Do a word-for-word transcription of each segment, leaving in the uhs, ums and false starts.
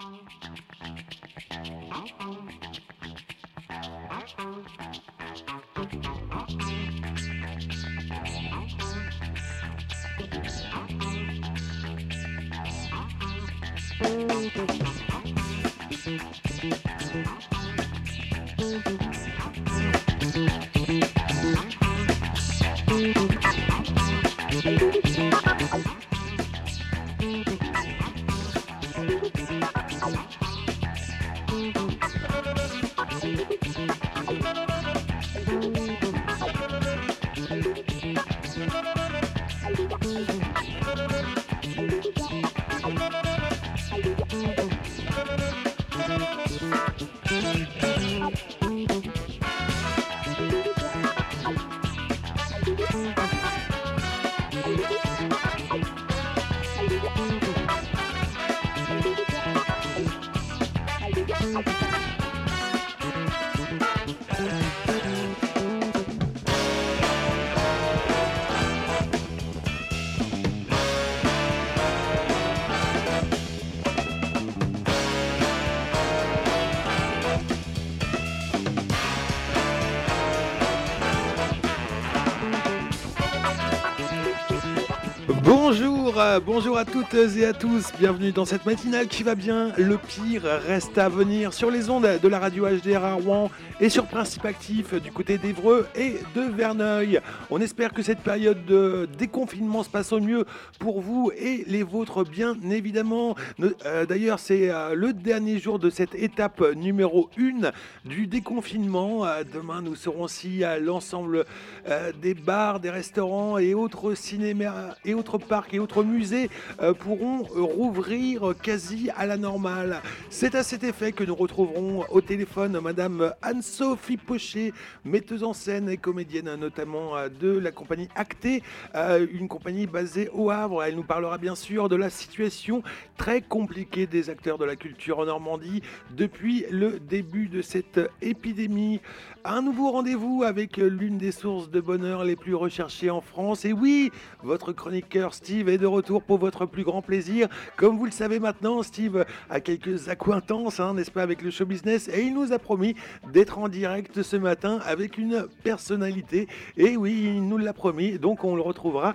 Bonjour, bonjour à toutes et à tous, bienvenue dans cette matinale qui va bien. Le pire reste à venir sur les ondes de la radio H D R à Rouen et sur Principe Actif du côté d'Évreux et de Verneuil. On espère que cette période de déconfinement se passe au mieux pour vous et les vôtres, bien évidemment. D'ailleurs, c'est le dernier jour de cette étape numéro un du déconfinement. Demain, nous serons aussi à l'ensemble des bars, des restaurants et autres cinémas et autres parcs et autres musées euh, pourront rouvrir quasi à la normale. C'est à cet effet que nous retrouverons au téléphone Madame Anne-Sophie Pochet, metteuse en scène et comédienne notamment euh, de la compagnie Acté, euh, une compagnie basée au Havre. Elle nous parlera bien sûr de la situation très compliquée des acteurs de la culture en Normandie depuis le début de cette épidémie. Un nouveau rendez-vous avec l'une des sources de bonheur les plus recherchées en France. Et oui, votre chroniqueur Steve est de retour pour votre plus grand plaisir. Comme vous le savez maintenant, Steve a quelques accointances, hein, n'est-ce pas, avec le show business. Et il nous a promis d'être en direct ce matin avec une personnalité. Et oui, il nous l'a promis. Donc on le retrouvera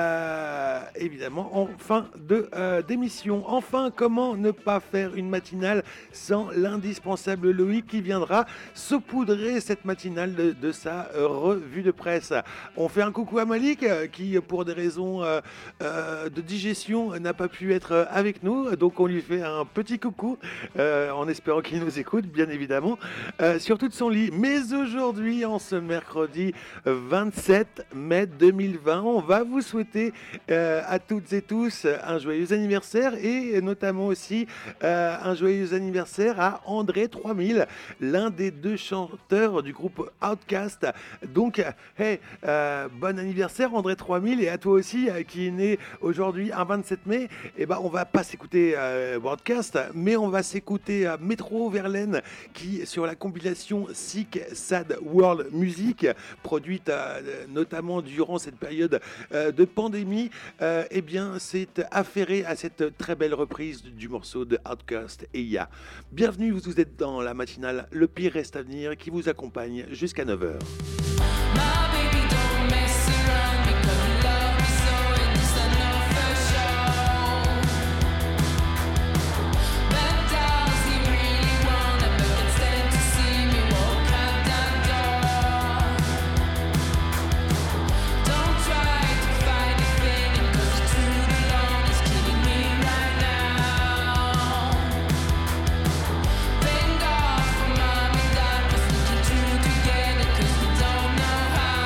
euh, évidemment en fin de, euh, d'émission. Enfin, comment ne pas faire une matinale sans l'indispensable Loïc qui viendra saupoudrer cette matinale de, de sa euh, revue de presse. On fait un coucou à Malik euh, qui, pour des raisons euh, euh, de digestion, n'a pas pu être avec nous. Donc on lui fait un petit coucou euh, en espérant qu'il nous écoute, bien évidemment, euh, sur tout son lit. Mais aujourd'hui, en ce mercredi vingt-sept mai deux mille vingt, on va vous souhaiter euh, à toutes et tous un joyeux anniversaire et notamment aussi euh, un joyeux anniversaire à André trois mille, l'un des deux chanteurs du groupe Outcast. Donc, hey, euh, bon anniversaire André trois mille, et à toi aussi euh, qui est né aujourd'hui un vingt-sept mai. Et ben, on va pas s'écouter euh, Broadcast, mais on va s'écouter euh, Métro Verlaine qui, sur la compilation Sick Sad World Music, produite euh, notamment durant cette période euh, de pandémie, euh, eh bien, s'est affairé à cette très belle reprise du morceau de Outcast et Ya. Bienvenue, vous êtes dans la matinale Le Pire reste à venir qui vous accompagne jusqu'à neuf heures. How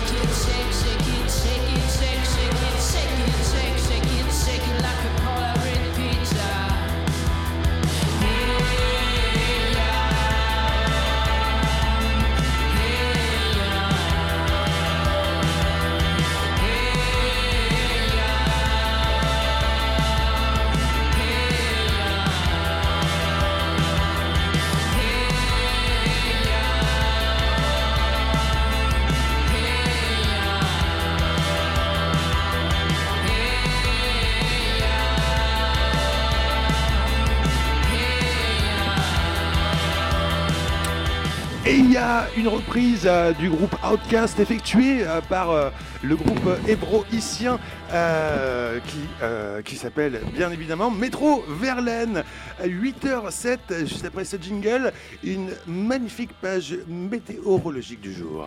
Et il y a une reprise euh, du groupe Outcast effectuée euh, par euh, le groupe hébroïcien euh, qui, euh, qui s'appelle bien évidemment Métro Verlaine. À huit heures zéro sept, juste après ce jingle, une magnifique page météorologique du jour.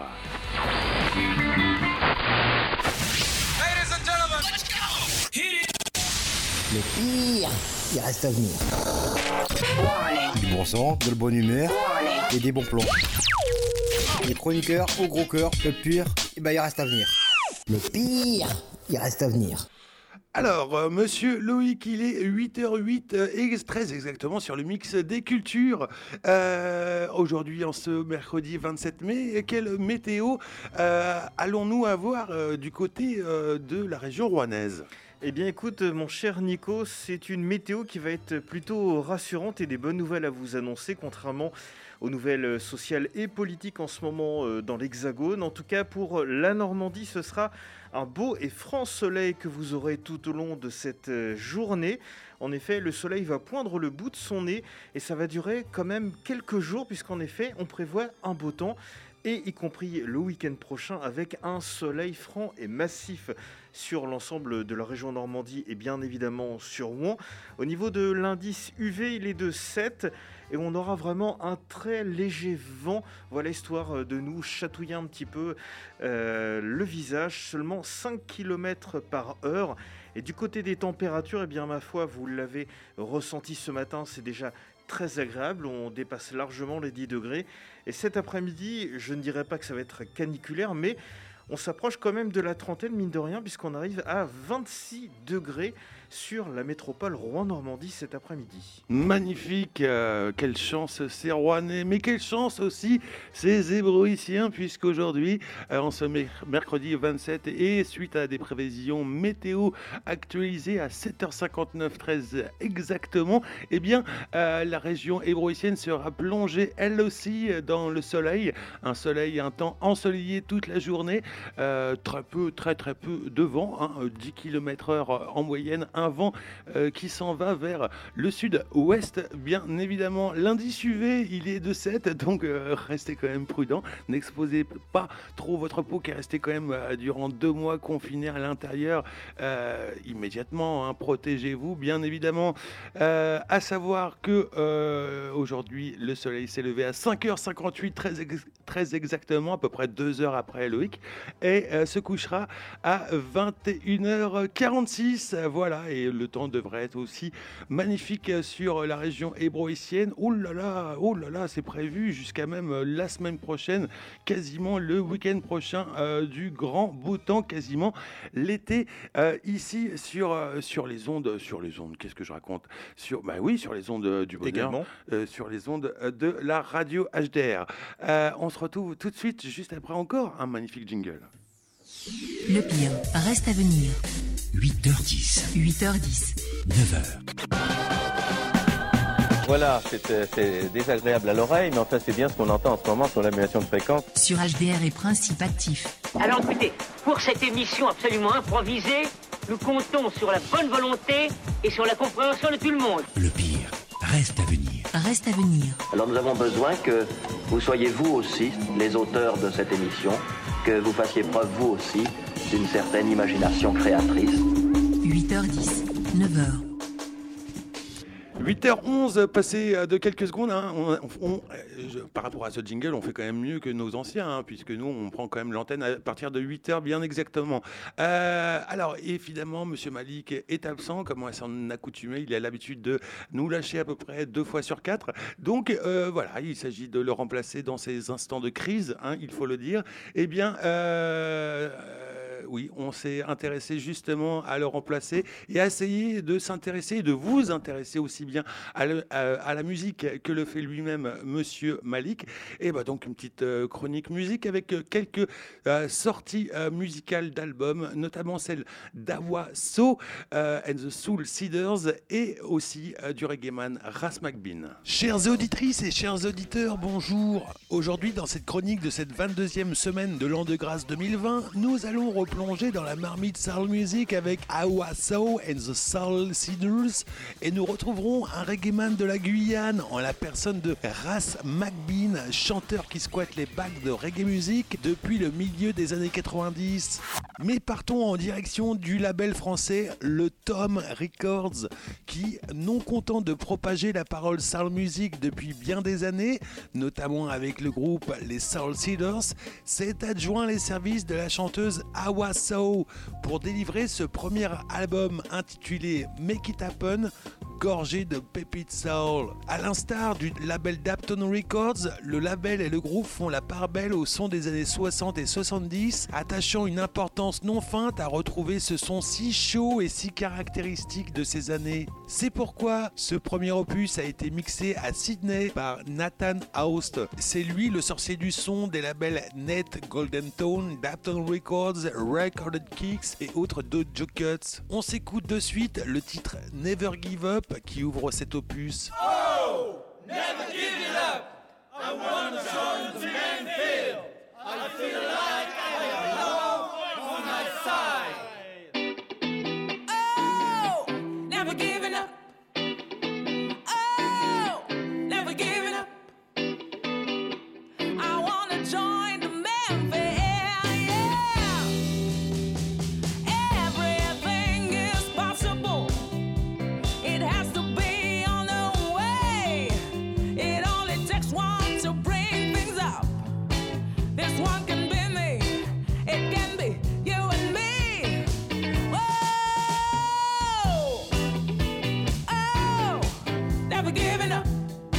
Ladies and gentlemen, let's go. Hit it. Le pire, il reste à venir. Du bon sang, de la bonne humeur et des bons plans. Les chroniqueurs au gros cœur, le pire, eh ben, il reste à venir. Le pire, il reste à venir. Alors, euh, monsieur Loïc, il est huit heures huit, euh, et très exactement sur le mix des cultures. Euh, aujourd'hui, en ce mercredi vingt-sept mai, quelle météo euh, allons-nous avoir euh, du côté euh, de la région rouennaise ? Eh bien écoute mon cher Nico, c'est une météo qui va être plutôt rassurante et des bonnes nouvelles à vous annoncer, contrairement aux nouvelles sociales et politiques en ce moment dans l'Hexagone. En tout cas pour la Normandie, ce sera un beau et franc soleil que vous aurez tout au long de cette journée. En effet, le soleil va poindre le bout de son nez et ça va durer quand même quelques jours puisqu'en effet, on prévoit un beau temps. Et y compris le week-end prochain avec un soleil franc et massif sur l'ensemble de la région Normandie et bien évidemment sur Rouen. Au niveau de l'indice U V, il est de sept et on aura vraiment un très léger vent. Voilà, histoire de nous chatouiller un petit peu euh, le visage, seulement cinq kilomètres par heure. Et du côté des températures, eh bien ma foi, vous l'avez ressenti ce matin, c'est déjà très agréable, on dépasse largement les dix degrés. Et cet après-midi, je ne dirais pas que ça va être caniculaire, mais on s'approche quand même de la trentaine, mine de rien, puisqu'on arrive à vingt-six degrés sur la métropole Rouen-Normandie cet après-midi. Magnifique, euh, quelle chance ces Rouennais, mais quelle chance aussi ces Hébroïciens, puisqu'aujourd'hui, euh, en ce mercredi vingt-sept, et suite à des prévisions météo actualisées à sept heures cinquante-neuf treize exactement, eh bien, euh, la région hébroïcienne sera plongée elle aussi dans le soleil, un soleil, un temps ensoleillé toute la journée, euh, très peu, très très peu de vent, hein, dix kilomètres heure en moyenne, un vent euh, qui s'en va vers le sud-ouest, bien évidemment. L'indice U V, il est de sept, donc euh, restez quand même prudent. N'exposez pas trop votre peau qui est restée quand même euh, durant deux mois confinée à l'intérieur. Euh, immédiatement, hein, protégez-vous, bien évidemment. Euh, à savoir que euh, aujourd'hui, le soleil s'est levé à cinq heures cinquante-huit, très, ex- très exactement, à peu près deux heures après Loïc, et euh, se couchera à vingt et une heures quarante-six. Voilà. Et le temps devrait être aussi magnifique sur la région hébroïcienne. Oh là là, oh là là, c'est prévu jusqu'à même la semaine prochaine, quasiment le week-end prochain, euh, du grand beau temps, quasiment l'été, euh, ici sur, euh, sur les ondes, sur les ondes, qu'est-ce que je raconte sur, bah oui, sur les ondes euh, du bonheur, euh, sur les ondes euh, de la radio H D R. Euh, on se retrouve tout de suite, juste après encore un magnifique jingle. Le pire reste à venir. huit heures dix. huit heures dix. neuf heures. Voilà, c'est, c'est désagréable à l'oreille, mais enfin c'est bien ce qu'on entend en ce moment sur l'annulation de fréquence. Sur H D R et Principe Actif. Alors écoutez, pour cette émission absolument improvisée, nous comptons sur la bonne volonté et sur la compréhension de tout le monde. Le pire reste à venir. Reste à venir. Alors nous avons besoin que vous soyez vous aussi les auteurs de cette émission, que vous fassiez preuve vous aussi d'une certaine imagination créatrice. huit heures dix, neuf heures. huit heures onze, passé de quelques secondes, hein, on, on, je, par rapport à ce jingle, on fait quand même mieux que nos anciens, hein, puisque nous, on prend quand même l'antenne à partir de huit heures, bien exactement. Euh, alors, évidemment, Monsieur Malik est absent, comme on s'en accoutumé, il a l'habitude de nous lâcher à peu près deux fois sur quatre. Donc, euh, voilà, il s'agit de le remplacer dans ces instants de crise, hein, il faut le dire. Eh bien, euh, oui, on s'est intéressé justement à le remplacer et à essayer de s'intéresser et de vous intéresser aussi bien à, le, à, à la musique que le fait lui-même Monsieur Malik. Et bah donc une petite euh, chronique musique avec euh, quelques euh, sorties euh, musicales d'albums, notamment celle d'Awa So euh, and the Soul Seeders et aussi euh, du reggaeman Ras McBean. Chères auditrices et chers auditeurs, bonjour. Aujourd'hui, dans cette chronique de cette vingt-deuxième semaine de l'an de grâce deux mille vingt, nous allons replonger dans la marmite soul music avec Awa So and the Soul Seeders et nous retrouverons un reggaeman de la Guyane en la personne de Ras McBean, chanteur qui squatte les bacs de reggae music depuis le milieu des années quatre-vingt-dix. Mais partons en direction du label français le Tom Records qui, non content de propager la parole soul music depuis bien des années, notamment avec le groupe les Soul Seeders, s'est adjoint les services de la chanteuse Awa So pour délivrer ce premier album intitulé Make It Happen, gorgé de pépites soul. À l'instar du label Dapton Records, le label et le groupe font la part belle au son des années soixante et soixante-dix, attachant une importance non feinte à retrouver ce son si chaud et si caractéristique de ces années. C'est pourquoi ce premier opus a été mixé à Sydney par Nathan Aust. C'est lui le sorcier du son des labels Net, Golden Tone, Dapton Records, Recorded Kicks et autres Dojo Cuts. On s'écoute de suite le titre Never Give Up qui ouvre cet opus. Oh, never give it up. I wanna join the Manfield. I feel like I have love on my side. Oh, never giving up. Oh, never giving up. I wanna join the Manfield. Yeah. Everything is possible. It has to be on the way. It only takes one to bring things up. This one can be me. It can be you and me. Whoa! Oh! Never giving up.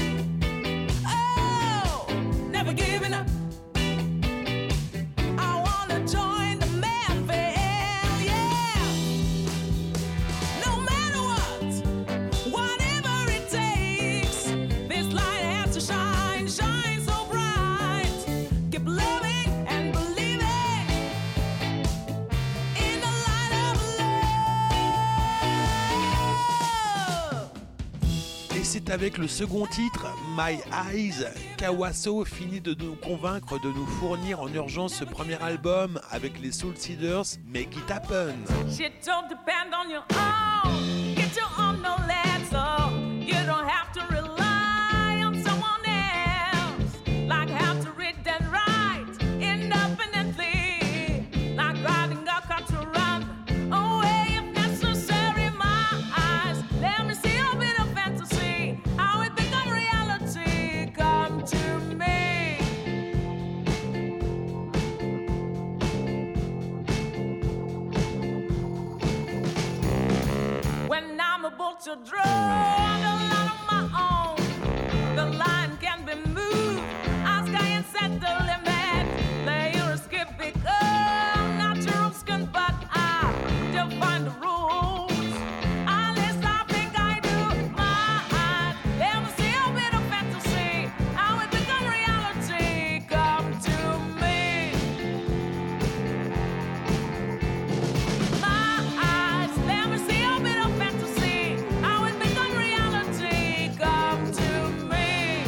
Oh! Never giving up. I wanna join the Manfield, yeah. No matter what. Whatever it takes, this light has to shine, shine so bright. Keep loving and believing in the light of love. Et c'est avec le second titre, My Eyes, qu'Awa So finit de nous convaincre de nous fournir en urgence ce premier album avec les Soul Seeders, Make It Happen. Shit don't depend on your own. Get your own knowledge, so you don't have to rely on someone else. Like how to read and write independently. Like driving a car to run away if necessary. My eyes, let me see a bit of fantasy. How it become reality. Come to me. When I'm about to draw the line on my own, the line can be moved. Ask I and set the limit. Layer skip become natural skin, but I define the rules. At least I think I do. My eyes, let me see a bit of fantasy. How it become reality. Come to me. My eyes, let me see a bit of fantasy. How it become reality. Come to me.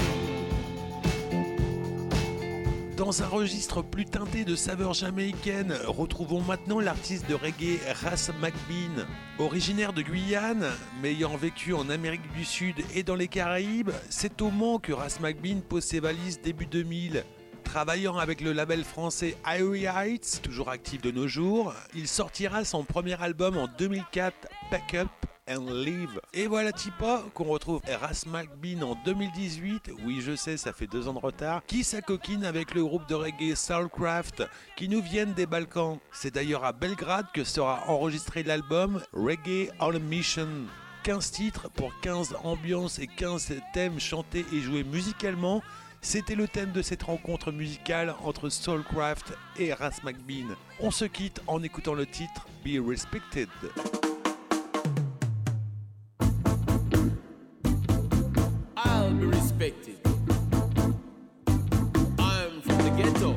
Dans un registre plus teinté de saveurs jamaïcaines, retrouvons maintenant l'artiste de reggae Ras McBean. Originaire de Guyane, mais ayant vécu en Amérique du Sud et dans les Caraïbes, c'est au Mans que Ras McBean pose ses valises début deux mille. Travaillant avec le label français Irie Heights, toujours actif de nos jours, il sortira son premier album en deux mille quatre, Pack Up and Live. Et voilà Tipa qu'on retrouve Ras McBean en deux mille dix-huit, oui je sais ça fait deux ans de retard, qui s'acoquine avec le groupe de reggae Soulcraft qui nous viennent des Balkans. C'est d'ailleurs à Belgrade que sera enregistré l'album Reggae on a Mission. quinze titres pour quinze ambiances et quinze thèmes chantés et joués musicalement. C'était le thème de cette rencontre musicale entre Soulcraft et Ras McBean. On se quitte en écoutant le titre Be Respected. I'll be respected. I'm from the ghetto.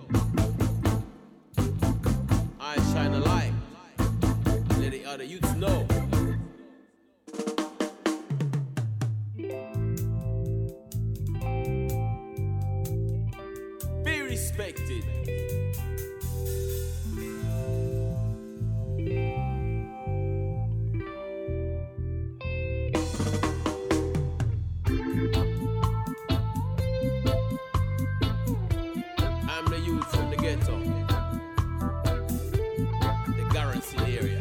I shine a light. Let the other youths know. Be respected. I'm the youth from the ghetto, the Garrison area,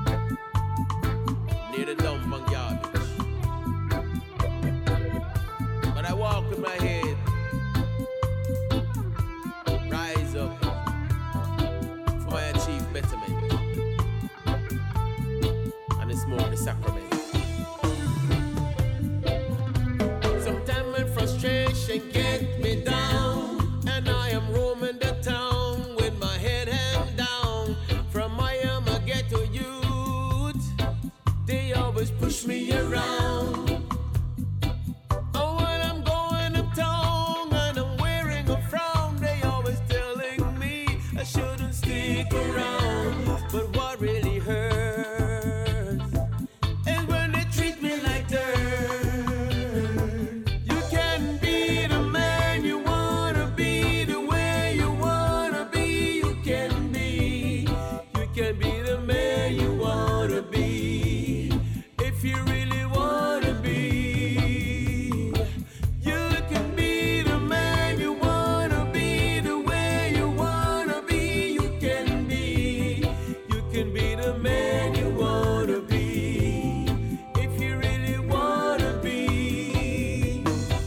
near the dump and garbage. But I walk with my head, rise up, for I achieve betterment, and it's more the sacrament. Sometimes when frustration gets me down, and I am roaming the town with my head held down. From I am a ghetto youth, they always push me around. And when I'm going uptown and I'm wearing a frown, they always telling me I shouldn't stick around. But what really hurts is when they treat me like dirt. You can be the man you wanna be, the way you wanna be. You can be, you can be the man you wanna be, if you really wanna be. You can be the man you wanna be, the way you wanna be. You can be, you can be the man you wanna be, if you really wanna be.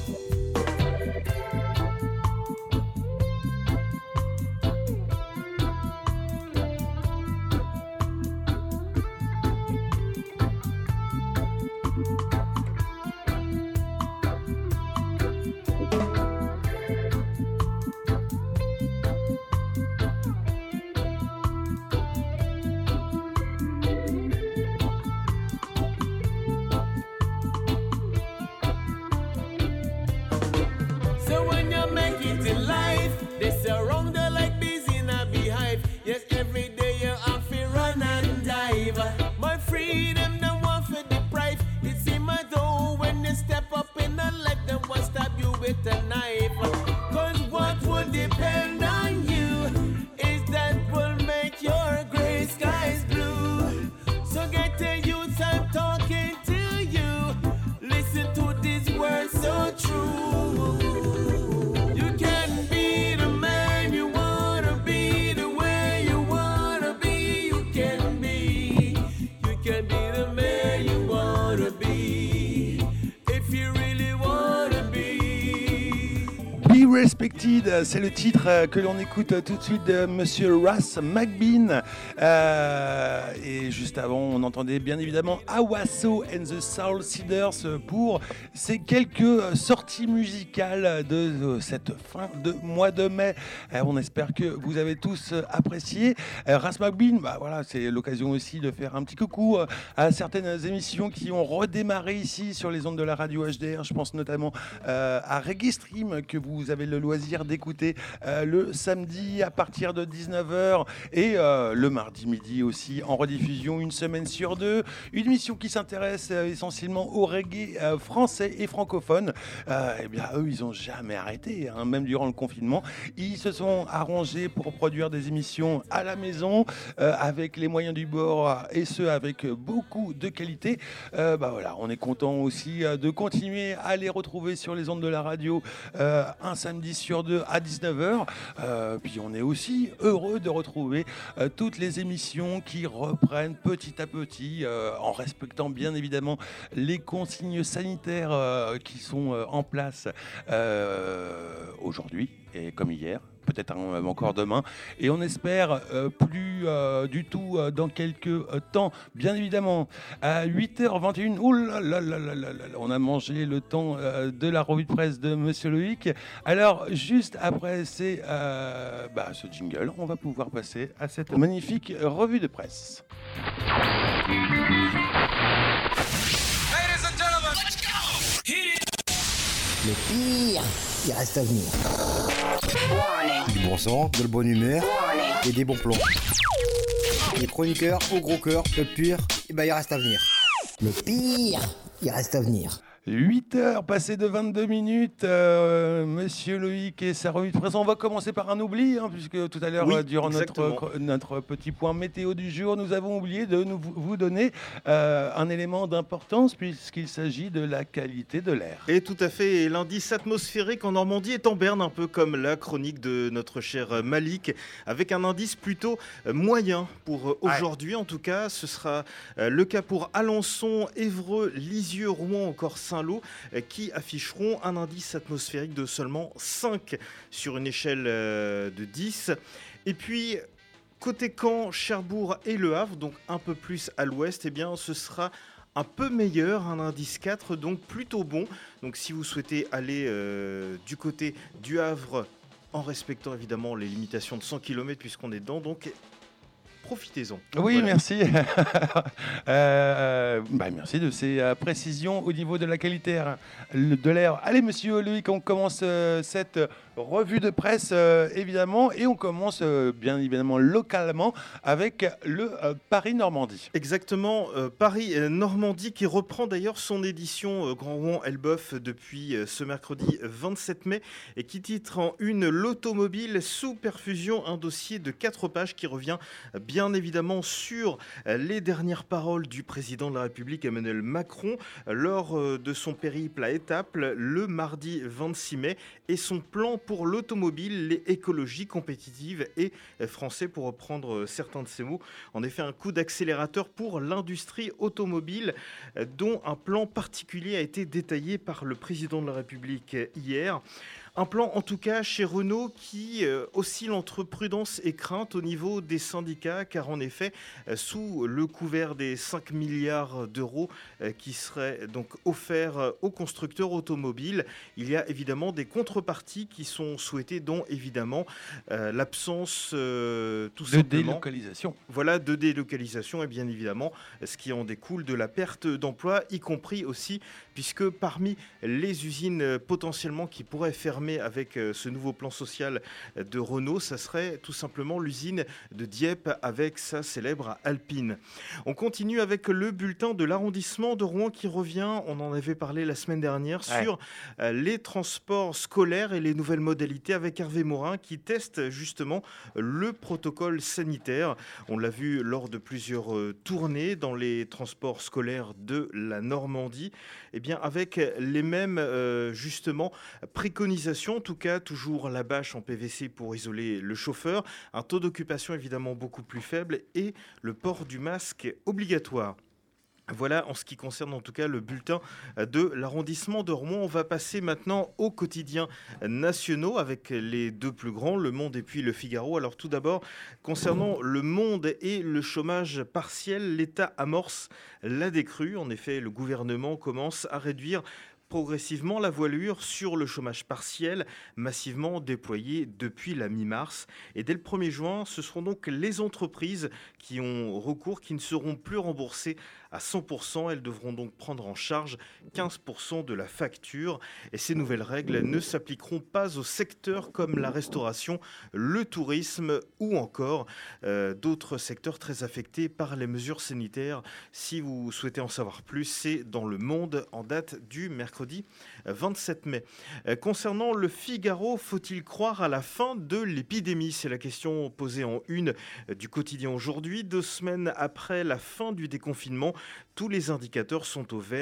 So when you make it in life, they surround you like bees in a beehive. Yes, every day you have to run and dive. My freedom, them want to deprive. It's in my door when you step up in and let them want stab you with a knife. Cause what would depend on you is that will make your gray skies blue. So get the youth, I'm talking to you. Listen to these words so true. You can be the man you wanna be, the way you wanna be. You can be, you can be the man you wanna be, if you really wanna be. Be Respected, c'est le titre que l'on écoute tout de suite de Monsieur Ras McBean. Euh, et juste avant, on entendait bien évidemment Awaso and the Soul Seeders pour ces quelques sorties musicales de cette fin de mois de mai. Euh, on espère que vous avez tous apprécié. Euh, Ras McBean, bah voilà, c'est l'occasion aussi de faire un petit coucou à certaines émissions qui ont redémarré ici sur les ondes de la radio H D R. Je pense notamment euh, à Reggae Stream que vous avez le loisir d'écouter euh, le samedi à partir de dix-neuf heures et euh, le mardi midi aussi en rediffusion une semaine sur deux. Une émission qui s'intéresse euh, essentiellement au reggae euh, français et francophone. Euh, et bien eux, ils n'ont jamais arrêté, hein, même durant le confinement. Ils se sont arrangés pour produire des émissions à la maison euh, avec les moyens du bord et ce avec beaucoup de qualité. Euh, bah voilà, on est content aussi euh, de continuer à les retrouver sur les ondes de la radio euh, un samedi sur heures deux à dix-neuf heures. Euh, puis on est aussi heureux de retrouver euh, toutes les émissions qui reprennent petit à petit, euh, en respectant bien évidemment les consignes sanitaires euh, qui sont euh, en place euh, aujourd'hui et comme hier. Peut-être même encore demain, et on espère euh, plus euh, du tout euh, dans quelques euh, temps, bien évidemment. À huit heures vingt et une, oh là là là là là là, on a mangé le temps euh, de la revue de presse de Monsieur Loïc. Alors, juste après c'est, euh, bah, ce jingle, on va pouvoir passer à cette magnifique revue de presse. Ladies and gentlemen, let's go! Hit it! Le pire, il reste à venir. Du bon sang, de la bonne humeur et des bons plans. Les chroniqueurs au gros cœur, le pire, et ben il reste à venir. Le pire, il reste à venir. huit heures passées de vingt-deux minutes, euh, Monsieur Loïc et sa revue de presse. On va commencer par un oubli, hein, puisque tout à l'heure, Oui, euh, durant notre, notre petit point météo du jour, nous avons oublié de nous, vous donner euh, un élément d'importance, puisqu'il s'agit de la qualité de l'air. Et tout à fait, et l'indice atmosphérique en Normandie est en berne, un peu comme la chronique de notre cher Malik, avec un indice plutôt moyen pour aujourd'hui. En tout cas, ce sera le cas pour Alençon, Évreux, Lisieux, Rouen, encore Saint-Lô, qui afficheront un indice atmosphérique de seulement cinq sur une échelle de dix. Et puis, côté Caen, Cherbourg et Le Havre, donc un peu plus à l'ouest, eh bien, ce sera un peu meilleur, un indice quatre, donc plutôt bon. Donc si vous souhaitez aller euh, du côté du Havre, en respectant évidemment les limitations de cent kilomètres puisqu'on est dedans, donc profitez-en. Oui, Voilà. merci. euh, bah, merci de ces euh, précisions au niveau de la qualité air- de l'air. Allez, Monsieur Loïc, on commence euh, cette revue de presse, euh, évidemment, et on commence euh, bien évidemment localement avec le euh, Paris-Normandie. Exactement, euh, Paris-Normandie qui reprend d'ailleurs son édition euh, Grand Rouen-Elbeuf depuis euh, ce mercredi vingt-sept mai et qui titre en une l'automobile sous perfusion, un dossier de quatre pages qui revient euh, bien évidemment sur euh, les dernières paroles du président de la République Emmanuel Macron euh, lors euh, de son périple à Étaples le mardi vingt-six mai et son plan pour l'automobile, les écologies compétitives et euh, français pour reprendre euh, certains de ces mots. En effet, un coup d'accélérateur pour l'industrie automobile euh, dont un plan particulier a été détaillé par le président de la République euh, hier. Un plan en tout cas chez Renault qui euh, oscille entre prudence et crainte au niveau des syndicats car en effet euh, sous le couvert des cinq milliards d'euros euh, qui seraient donc offerts euh, aux constructeurs automobiles, il y a évidemment des contreparties qui sont souhaitées dont évidemment euh, l'absence euh, tout De simplement délocalisation. voilà, de délocalisation et bien évidemment ce qui en découle de la perte d'emploi, y compris aussi puisque parmi les usines potentiellement qui pourraient fermer avec ce nouveau plan social de Renault, ça serait tout simplement l'usine de Dieppe avec sa célèbre Alpine. On continue avec le bulletin de l'arrondissement de Rouen qui revient, on en avait parlé la semaine dernière, Ouais. sur les transports scolaires et les nouvelles modalités avec Hervé Morin qui teste justement le protocole sanitaire. On l'a vu lors de plusieurs euh, tournées dans les transports scolaires de la Normandie, et bien avec les mêmes euh, justement préconisations, en tout cas toujours la bâche en P V C pour isoler le chauffeur, un taux d'occupation évidemment beaucoup plus faible et le port du masque obligatoire. Voilà en ce qui concerne en tout cas le bulletin de l'arrondissement de Rouen. On va passer maintenant aux quotidiens nationaux avec les deux plus grands, Le Monde et puis Le Figaro. Alors tout d'abord, concernant Le Monde et le chômage partiel, l'État amorce la décrue. En effet, le gouvernement commence à réduire progressivement la voilure sur le chômage partiel, massivement déployé depuis la mi-mars. Et dès le premier juin, ce seront donc les entreprises qui ont recours, qui ne seront plus remboursées à cent pour cent. Elles devront donc prendre en charge quinze pour cent de la facture. Et ces nouvelles règles ne s'appliqueront pas aux secteurs comme la restauration, le tourisme ou encore euh, d'autres secteurs très affectés par les mesures sanitaires. Si vous souhaitez en savoir plus, c'est dans Le Monde en date du mercredi vingt-sept mai. Euh, concernant Le Figaro, faut-il croire à la fin de l'épidémie? C'est la question posée en une euh, du quotidien aujourd'hui. Deux semaines après la fin du déconfinement, tous les indicateurs sont au vert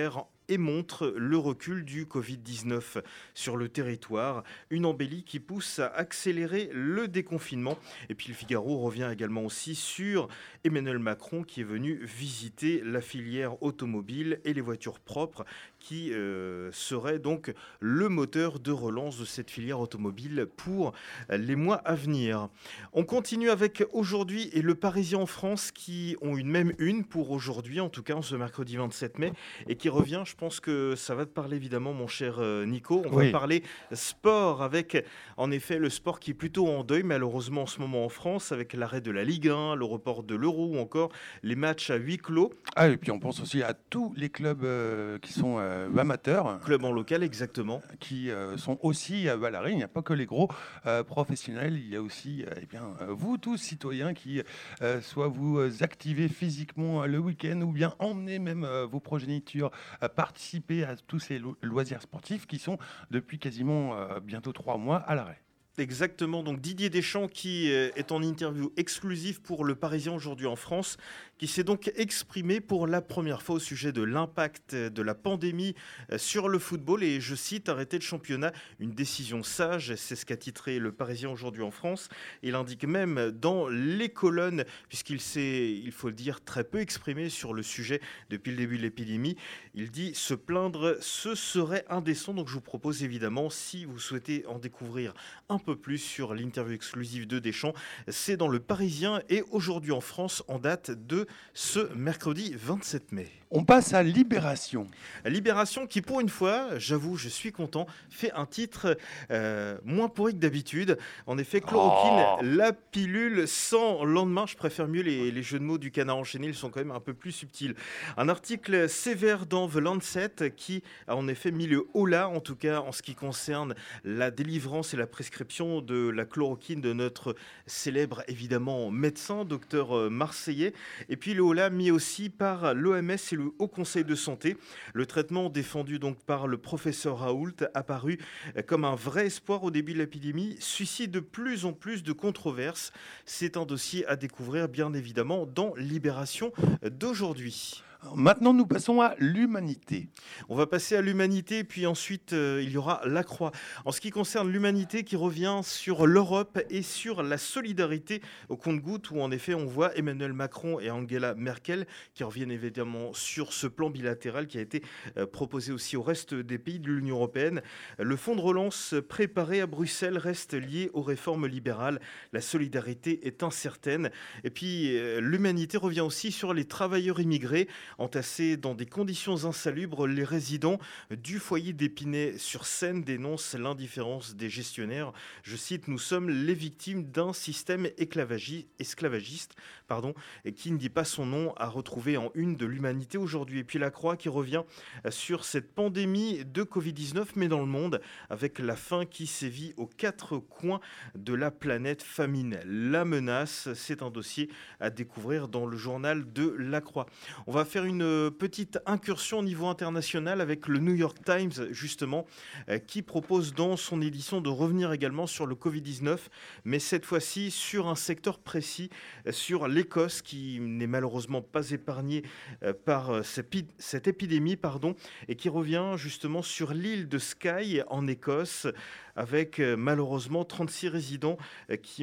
et montre le recul du covid dix-neuf sur le territoire. Une embellie qui pousse à accélérer le déconfinement. Et puis le Figaro revient également aussi sur Emmanuel Macron qui est venu visiter la filière automobile et les voitures propres qui euh, serait donc le moteur de relance de cette filière automobile pour les mois à venir. On continue avec aujourd'hui et le Parisien en France qui ont une même une pour aujourd'hui, en tout cas ce mercredi vingt-sept mai, et qui revient, je pense que ça va te parler évidemment mon cher Nico. On Oui. va parler sport avec en effet le sport qui est plutôt en deuil malheureusement en ce moment en France avec l'arrêt de la Ligue un, le report de l'Euro ou encore les matchs à huis clos. Ah, et puis on pense aussi à tous les clubs euh, qui sont euh, amateurs. Club en local, exactement. Qui euh, sont aussi à Valérie. Il n'y a pas que les gros euh, professionnels. Il y a aussi euh, eh bien, euh, vous tous, citoyens, qui euh, soit vous euh, activez physiquement euh, le week-end ou bien emmenez même euh, vos progénitures à participer à tous ces lo- loisirs sportifs qui sont depuis quasiment euh, bientôt trois mois à l'arrêt. Exactement, donc Didier Deschamps qui euh, est en interview exclusive pour Le Parisien aujourd'hui en France, qui s'est donc exprimé pour la première fois au sujet de l'impact de la pandémie euh, sur le football et je cite, arrêter le championnat, une décision sage, c'est ce qu'a titré Le Parisien aujourd'hui en France. Il indique même dans les colonnes, puisqu'il s'est, il faut le dire, très peu exprimé sur le sujet depuis le début de l'épidémie, il dit se plaindre, ce serait indécent, donc je vous propose évidemment, si vous souhaitez en découvrir un peu plus sur l'interview exclusive de Deschamps. C'est dans Le Parisien et aujourd'hui en France en date de ce mercredi vingt-sept mai. On passe à Libération. Libération qui pour une fois, j'avoue, je suis content, fait un titre euh, moins pourri que d'habitude. En effet, chloroquine, Oh. la pilule sans lendemain. Je préfère mieux les, les jeux de mots du Canard enchaîné, ils sont quand même un peu plus subtils. Un article sévère dans The Lancet qui a en effet mis le holà, en tout cas en ce qui concerne la délivrance et la prescription de la chloroquine de notre célèbre évidemment médecin, docteur marseillais. Et puis le holà mis aussi par l'O M S et le Haut Conseil de santé. Le traitement défendu donc par le professeur Raoult apparu comme un vrai espoir au début de l'épidémie, suscite de plus en plus de controverses. C'est un dossier à découvrir bien évidemment dans Libération d'aujourd'hui. Alors maintenant, nous passons à l'Humanité. On va passer à l'Humanité, puis ensuite euh, il y aura La Croix. En ce qui concerne l'Humanité qui revient sur l'Europe et sur la solidarité au compte-gouttes, où en effet on voit Emmanuel Macron et Angela Merkel qui reviennent évidemment sur ce plan bilatéral qui a été euh, proposé aussi au reste des pays de l'Union européenne. Le fonds de relance préparé à Bruxelles reste lié aux réformes libérales. La solidarité est incertaine. Et puis euh, l'Humanité revient aussi sur les travailleurs immigrés entassés dans des conditions insalubres. Les résidents du foyer d'Épinay-sur-Seine dénoncent l'indifférence des gestionnaires. Je cite, nous sommes les victimes d'un système esclavagi- esclavagiste pardon, et qui ne dit pas son nom, à retrouver en une de l'Humanité aujourd'hui. Et puis La Croix qui revient sur cette pandémie de covid dix-neuf, mais dans le monde, avec la faim qui sévit aux quatre coins de la planète, famine. La menace, c'est un dossier à découvrir dans le journal de La Croix. On va faire une petite incursion au niveau international avec le New York Times, justement, euh, qui propose dans son édition de revenir également sur le covid dix-neuf, mais cette fois-ci sur un secteur précis, euh, sur l'Écosse, qui n'est malheureusement pas épargnée euh, par euh, cette, pi- cette épidémie, pardon, et qui revient justement sur l'île de Skye en Écosse, avec euh, malheureusement trente-six résidents euh, qui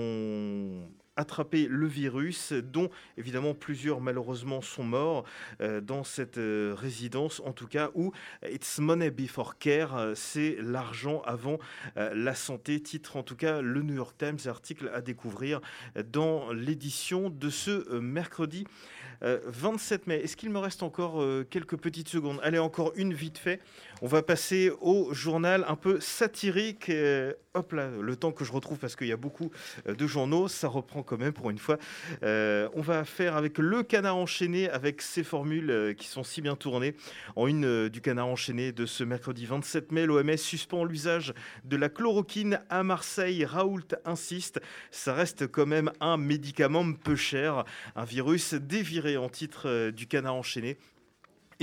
ont attrapé le virus, dont évidemment plusieurs malheureusement sont morts euh, dans cette euh, résidence, en tout cas où It's money before care, euh, c'est l'argent avant euh, la santé, titre en tout cas le New York Times, article à découvrir dans l'édition de ce euh, mercredi euh, vingt-sept mai. Est-ce qu'il me reste encore euh, quelques petites secondes? Allez, encore une vite fait. On va passer au journal un peu satirique. Euh, hop là, le temps que je retrouve parce qu'il y a beaucoup euh, de journaux, ça reprend quand même pour une fois. Euh, on va faire avec le Canard enchaîné, avec ces formules euh, qui sont si bien tournées. En une euh, du Canard enchaîné de ce mercredi vingt-sept mai, l'O M S suspend l'usage de la chloroquine à Marseille. Raoult insiste, ça reste quand même un médicament peu cher, un virus déviré en titre euh, du Canard enchaîné.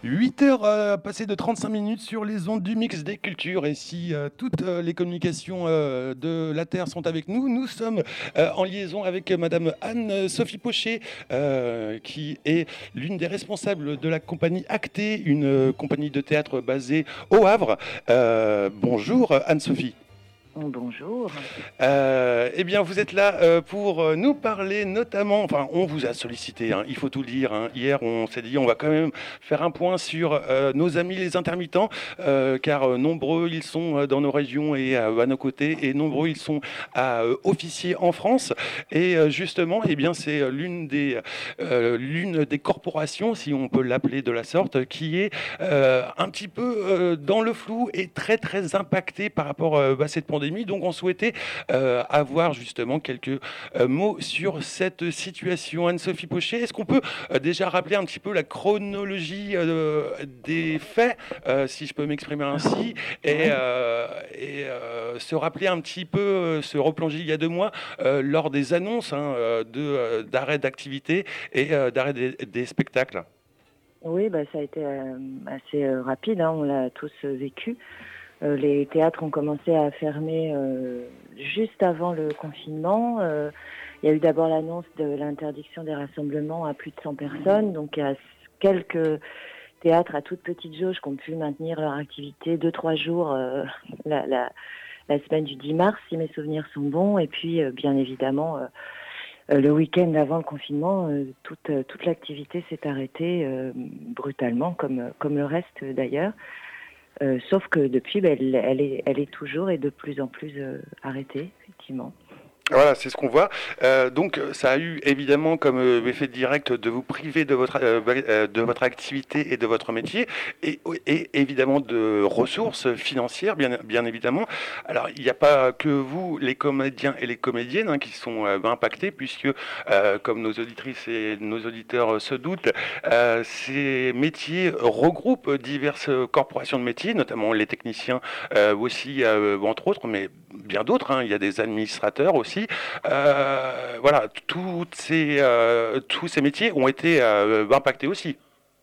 huit heures euh, passées de trente-cinq minutes sur les ondes du mix des cultures. Et si euh, toutes euh, les communications euh, de la Terre sont avec nous, nous sommes euh, en liaison avec Madame Anne-Sophie Pochet, euh, qui est l'une des responsables de la compagnie Acté, une euh, compagnie de théâtre basée au Havre. Euh, bonjour Anne-Sophie. Bonjour. Euh, eh bien, vous êtes là euh, pour nous parler notamment, enfin, on vous a sollicité, hein, il faut tout dire. Hein. Hier, on s'est dit, on va quand même faire un point sur euh, nos amis les intermittents, euh, car euh, nombreux ils sont euh, dans nos régions et euh, à nos côtés, et nombreux ils sont à euh, officier en France. Et euh, justement, eh bien, c'est l'une des, euh, l'une des corporations, si on peut l'appeler de la sorte, qui est euh, un petit peu euh, dans le flou et très très impactée par rapport euh, à cette pandémie. Donc on souhaitait euh, avoir justement quelques euh, mots sur cette situation. Anne-Sophie Pochet, est-ce qu'on peut euh, déjà rappeler un petit peu la chronologie euh, des faits, euh, si je peux m'exprimer ainsi, et, euh, et euh, se rappeler un petit peu, euh, se replonger il y a deux mois euh, lors des annonces hein, de, euh, d'arrêt d'activité et euh, d'arrêt des, des spectacles? Oui, bah, ça a été euh, assez euh, rapide, hein, on l'a tous euh, vécu. Euh, les théâtres ont commencé à fermer euh, juste avant le confinement. Euh, il y a eu d'abord l'annonce de l'interdiction des rassemblements à plus de cent personnes. Donc il y a quelques théâtres à toute petite jauge qui ont pu maintenir leur activité deux, trois jours euh, la, la, la semaine du dix mars, si mes souvenirs sont bons. Et puis, euh, bien évidemment, euh, le week-end avant le confinement, euh, toute, toute l'activité s'est arrêtée euh, brutalement, comme, comme le reste d'ailleurs. Euh, sauf que depuis, ben, elle, elle, est, elle est toujours et de plus en plus euh, arrêtée, effectivement. Voilà, c'est ce qu'on voit. Euh, donc, ça a eu évidemment comme euh, effet direct de vous priver de votre, euh, de votre activité et de votre métier, et, et évidemment de ressources financières, bien, bien évidemment. Alors, il n'y a pas que vous, les comédiens et les comédiennes, hein, qui sont euh, impactés, puisque, euh, comme nos auditrices et nos auditeurs se doutent, euh, ces métiers regroupent diverses corporations de métiers, notamment les techniciens euh, aussi, euh, entre autres, mais bien d'autres. Hein. Il y a des administrateurs aussi. Euh, voilà, toutes ces, euh, tous ces métiers ont été euh, impactés aussi.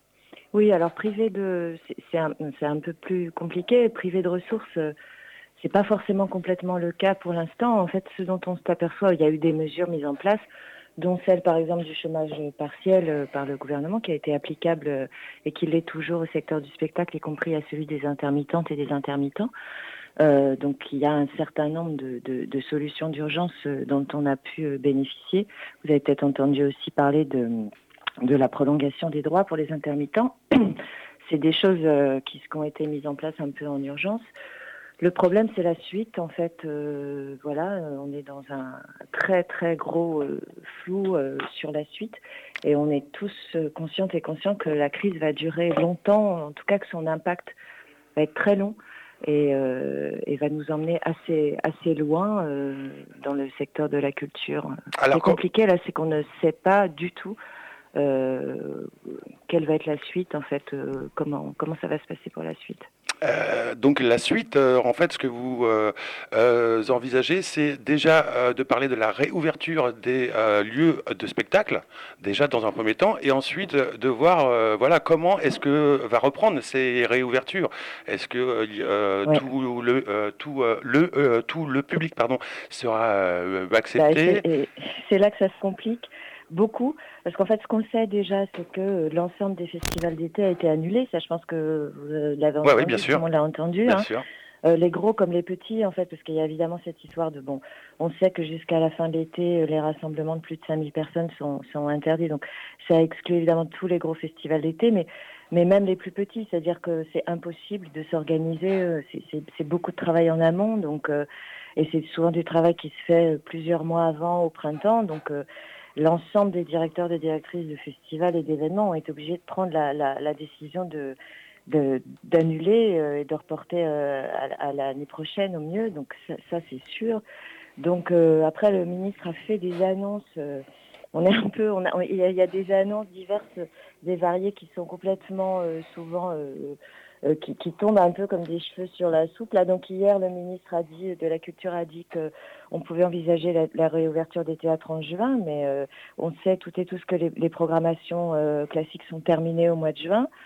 Oui, alors privé de, c'est, c'est, un, c'est un peu plus compliqué. Privé de ressources, euh, c'est pas forcément complètement le cas pour l'instant. En fait, ce dont on s'aperçoit, il y a eu des mesures mises en place, dont celle, par exemple, du chômage partiel euh, par le gouvernement, qui a été applicable euh, et qui l'est toujours au secteur du spectacle, y compris à celui des intermittentes et des intermittents. Euh, donc il y a un certain nombre de, de, de solutions d'urgence euh, dont on a pu euh, bénéficier. Vous avez peut-être entendu aussi parler de, de la prolongation des droits pour les intermittents. C'est des choses euh, qui, qui ont été mises en place un peu en urgence. Le problème, c'est la suite. En fait, euh, voilà, euh, on est dans un très très gros euh, flou euh, sur la suite, et on est tous euh, conscientes et conscients que la crise va durer longtemps, en tout cas que son impact va être très long. Et, euh, et va nous emmener assez assez loin euh, dans le secteur de la culture. Alors, c'est compliqué là, c'est qu'on ne sait pas du tout euh, quelle va être la suite en fait, euh, comment comment ça va se passer pour la suite. Euh, donc la suite, euh, en fait, ce que vous euh, euh, envisagez, c'est déjà euh, de parler de la réouverture des euh, lieux de spectacle, déjà dans un premier temps, et ensuite de voir, euh, voilà, comment est-ce que va reprendre ces réouvertures. Est-ce que euh, ouais. tout le euh, tout euh, le euh, tout le public, pardon, sera euh, accepté? Bah, c'est, c'est là que ça se complique beaucoup, parce qu'en fait, ce qu'on sait déjà, c'est que l'ensemble des festivals d'été a été annulé. Ça, je pense que vous l'avez entendu, ouais, oui, bien sûr. Tout le monde l'a entendu. Bien hein. sûr. Euh, les gros comme les petits, en fait, parce qu'il y a évidemment cette histoire de, bon, on sait que jusqu'à la fin de l'été, les rassemblements de plus de cinq mille personnes sont, sont interdits. Donc, ça exclut évidemment tous les gros festivals d'été, mais, mais même les plus petits. C'est-à-dire que c'est impossible de s'organiser. C'est, c'est, c'est beaucoup de travail en amont. Donc, euh, et c'est souvent du travail qui se fait plusieurs mois avant, au printemps. Donc, euh, l'ensemble des directeurs et directrices de festivals et d'événements ont été obligés de prendre la, la, la décision de, de, d'annuler euh, et de reporter euh, à, à l'année prochaine au mieux. Donc ça, ça c'est sûr. Donc euh, après, le ministre a fait des annonces. Euh, on est un peu, on a, il y a, il y a des annonces diverses, des variées qui sont complètement euh, souvent euh, euh, qui, qui tombent un peu comme des cheveux sur la soupe. Là, donc hier, le ministre a dit, de la Culture a dit que on pouvait envisager la, la réouverture des théâtres en juin, mais euh, on sait toutes et tous que les, les programmations euh, classiques sont terminées au mois de juin.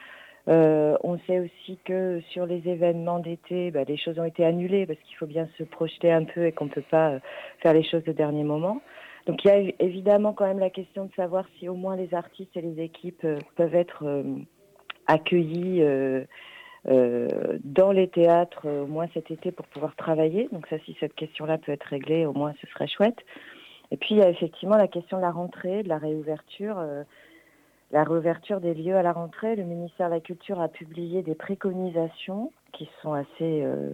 Euh, on sait aussi que sur les événements d'été, bah, les choses ont été annulées parce qu'il faut bien se projeter un peu et qu'on ne peut pas euh, faire les choses au dernier moment. Donc il y a évidemment quand même la question de savoir si au moins les artistes et les équipes euh, peuvent être euh, accueillis euh, euh, dans les théâtres euh, au moins cet été pour pouvoir travailler. Donc ça, si cette question-là peut être réglée, au moins ce serait chouette. Et puis il y a effectivement la question de la rentrée, de la réouverture. Euh, La réouverture des lieux à la rentrée, le ministère de la Culture a publié des préconisations qui sont assez, euh,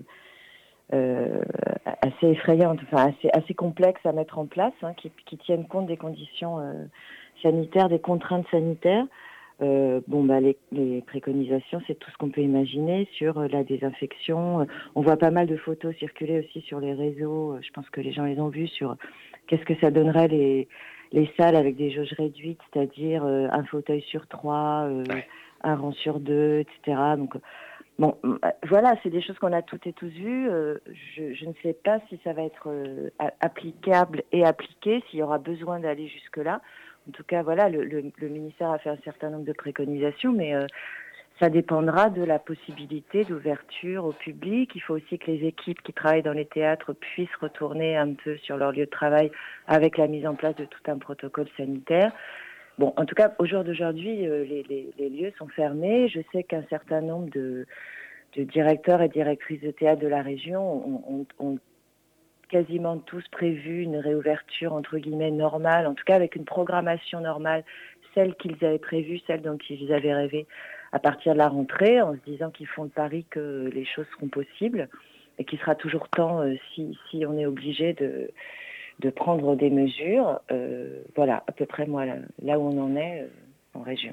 euh, assez effrayantes, enfin assez, assez complexes à mettre en place, hein, qui, qui tiennent compte des conditions euh, sanitaires, des contraintes sanitaires. Euh, bon, bah, les, les préconisations, c'est tout ce qu'on peut imaginer sur euh, la désinfection. Euh, on voit pas mal de photos circuler aussi sur les réseaux. Euh, je pense que les gens les ont vues sur qu'est-ce que ça donnerait les les salles avec des jauges réduites, c'est-à-dire euh, un fauteuil sur trois, euh, un rang sur deux, et cetera. Donc, euh, bon, euh, voilà, c'est des choses qu'on a toutes et tous vues. Euh, je, je ne sais pas si ça va être euh, applicable et appliqué, s'il y aura besoin d'aller jusque-là. En tout cas, voilà, le, le, le ministère a fait un certain nombre de préconisations, mais euh, ça dépendra de la possibilité d'ouverture au public. Il faut aussi que les équipes qui travaillent dans les théâtres puissent retourner un peu sur leur lieu de travail avec la mise en place de tout un protocole sanitaire. Bon, en tout cas, au jour d'aujourd'hui, euh, les, les, les lieux sont fermés. Je sais qu'un certain nombre de, de directeurs et directrices de théâtre de la région ont, ont, ont quasiment tous prévu une réouverture, entre guillemets, normale, en tout cas avec une programmation normale, celle qu'ils avaient prévue, celle dont ils avaient rêvé à partir de la rentrée, en se disant qu'ils font le pari que les choses seront possibles et qu'il sera toujours temps, euh, si, si on est obligé de, de prendre des mesures. Euh, voilà, à peu près moi, là, là où on en est euh, en région.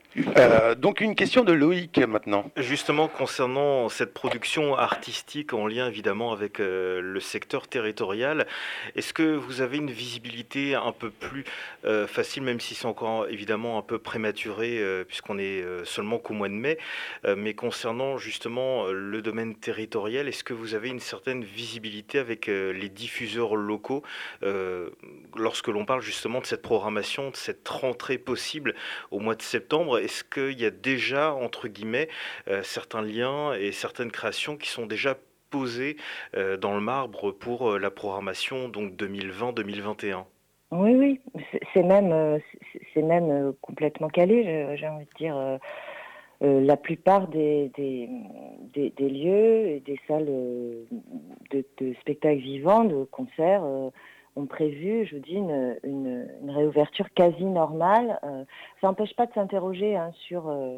Euh, donc une question de Loïc maintenant. Justement, concernant cette production artistique en lien évidemment avec euh, le secteur territorial, est-ce que vous avez une visibilité un peu plus euh, facile, même si c'est encore évidemment un peu prématuré euh, puisqu'on est euh, seulement qu'au mois de mai, euh, mais concernant justement euh, le domaine territorial, est-ce que vous avez une certaine visibilité avec euh, les diffuseurs locaux euh, lorsque l'on parle justement de cette programmation, de cette rentrée possible au mois de septembre? Est-ce qu'il y a déjà, entre guillemets, euh, certains liens et certaines créations qui sont déjà posées euh, dans le marbre pour euh, la programmation donc deux mille vingt deux mille vingt et un? Oui, oui, c'est, c'est même, euh, c'est, c'est même euh, complètement calé, j'ai, j'ai envie de dire. Euh, euh, la plupart des, des, des, des lieux et des salles euh, de, de spectacles vivants, de concerts, euh, ont prévu, je vous dis, une, une, une réouverture quasi normale. Euh, ça n'empêche pas de s'interroger hein, sur, euh,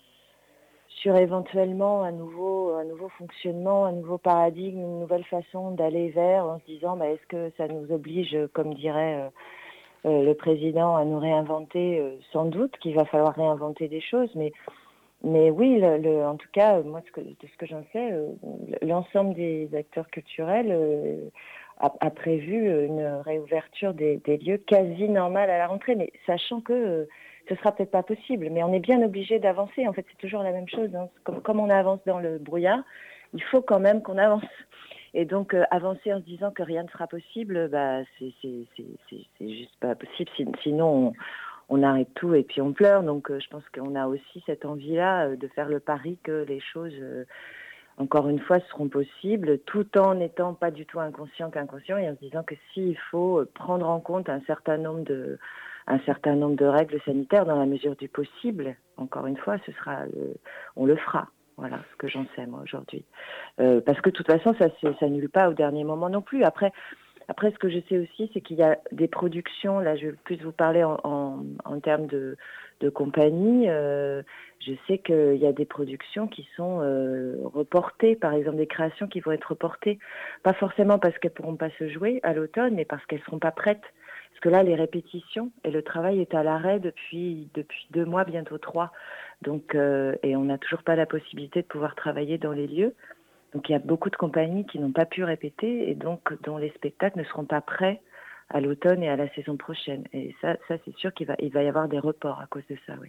sur éventuellement un nouveau, un nouveau fonctionnement, un nouveau paradigme, une nouvelle façon d'aller vers, en se disant bah, est-ce que ça nous oblige, comme dirait euh, euh, le président, à nous réinventer? euh, Sans doute qu'il va falloir réinventer des choses, mais, mais oui, le, le, en tout cas, moi, ce que, de ce que j'en sais, euh, l'ensemble des acteurs culturels euh, a, a prévu une réouverture des, des lieux quasi normales à la rentrée, mais sachant que euh, ce sera peut-être pas possible, mais on est bien obligé d'avancer. En fait, c'est toujours la même chose. Hein. Comme, comme on avance dans le brouillard, il faut quand même qu'on avance. Et donc, euh, avancer en se disant que rien ne sera possible, bah, c'est, c'est, c'est, c'est, c'est juste pas possible. Sinon, on, on arrête tout et puis on pleure. Donc, euh, je pense qu'on a aussi cette envie-là euh, de faire le pari que les choses... Euh, encore une fois, seront possibles, tout en n'étant pas du tout inconscient qu'inconscient et en se disant que s'il faut prendre en compte un certain nombre de, un certain nombre de règles sanitaires dans la mesure du possible, encore une fois, ce sera, le, on le fera. Voilà ce que j'en sais moi aujourd'hui. Euh, parce que de toute façon, ça ne s'annule pas au dernier moment non plus. Après, après, ce que je sais aussi, c'est qu'il y a des productions, là je vais plus vous parler en, en, en termes de, de compagnie, euh, je sais qu'il y a des productions qui sont euh, reportées, par exemple des créations qui vont être reportées, pas forcément parce qu'elles ne pourront pas se jouer à l'automne, mais parce qu'elles ne seront pas prêtes. Parce que là, les répétitions et le travail est à l'arrêt depuis, depuis deux mois, bientôt trois. Donc, euh, et on n'a toujours pas la possibilité de pouvoir travailler dans les lieux. Donc il y a beaucoup de compagnies qui n'ont pas pu répéter et donc dont les spectacles ne seront pas prêts à l'automne et à la saison prochaine. Et ça, ça c'est sûr qu'il va, il va y avoir des reports à cause de ça, oui.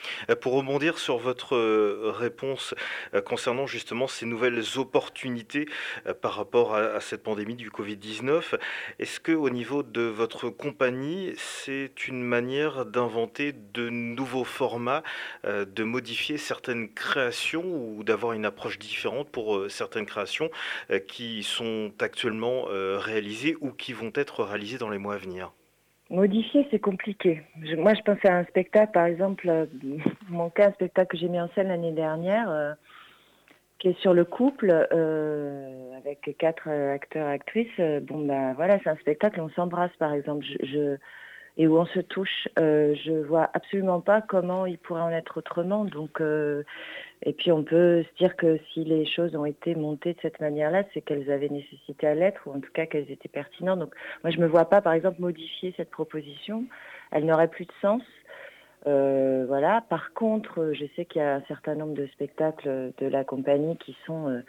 Euh, Pour rebondir sur votre euh, réponse euh, concernant justement ces nouvelles opportunités euh, par rapport à, à cette pandémie du covid dix-neuf, est-ce que au niveau de votre compagnie, c'est une manière d'inventer de nouveaux formats, euh, de modifier certaines créations ou d'avoir une approche différente pour euh, certaines créations euh, qui sont actuellement euh, réalisées ou qui vont être réalisées dans les mois à venir? Modifier, c'est compliqué. Je- moi, je pensais à un spectacle, par exemple, euh, mon cas, un spectacle que j'ai mis en scène l'année dernière, euh, qui est sur le couple, euh, avec quatre euh, acteurs et actrices. Euh, bon, ben voilà, c'est un spectacle où on s'embrasse, par exemple, je, je- et où on se touche. Euh, je vois absolument pas comment il pourrait en être autrement. Donc, euh, et puis on peut se dire que si les choses ont été montées de cette manière-là, c'est qu'elles avaient nécessité à l'être, ou en tout cas qu'elles étaient pertinentes. Donc, moi, je me vois pas, par exemple, modifier cette proposition. Elle n'aurait plus de sens. Euh, voilà. Par contre, euh, je sais qu'il y a un certain nombre de spectacles de la compagnie qui sont... euh,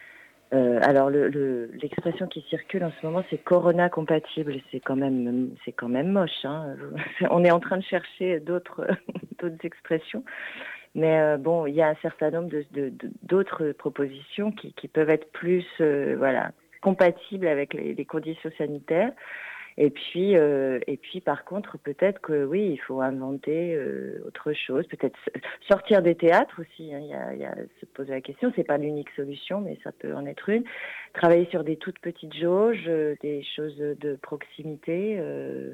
euh, alors, le, le- l'expression qui circule en ce moment, c'est Corona compatible. C'est quand même, c'est quand même moche, hein. On est en train de chercher d'autres, d'autres expressions. Mais euh, bon, il y a un certain nombre de, de- de- d'autres propositions qui, qui peuvent être plus, euh, voilà, compatibles avec les, les conditions sanitaires. Et puis, euh, et puis, par contre, peut-être que oui, il faut inventer euh, autre chose, peut-être s- sortir des théâtres aussi. Hein, il y a, il y a, se poser la question. C'est pas l'unique solution, mais ça peut en être une. Travailler sur des toutes petites jauges, euh, des choses de proximité. euh,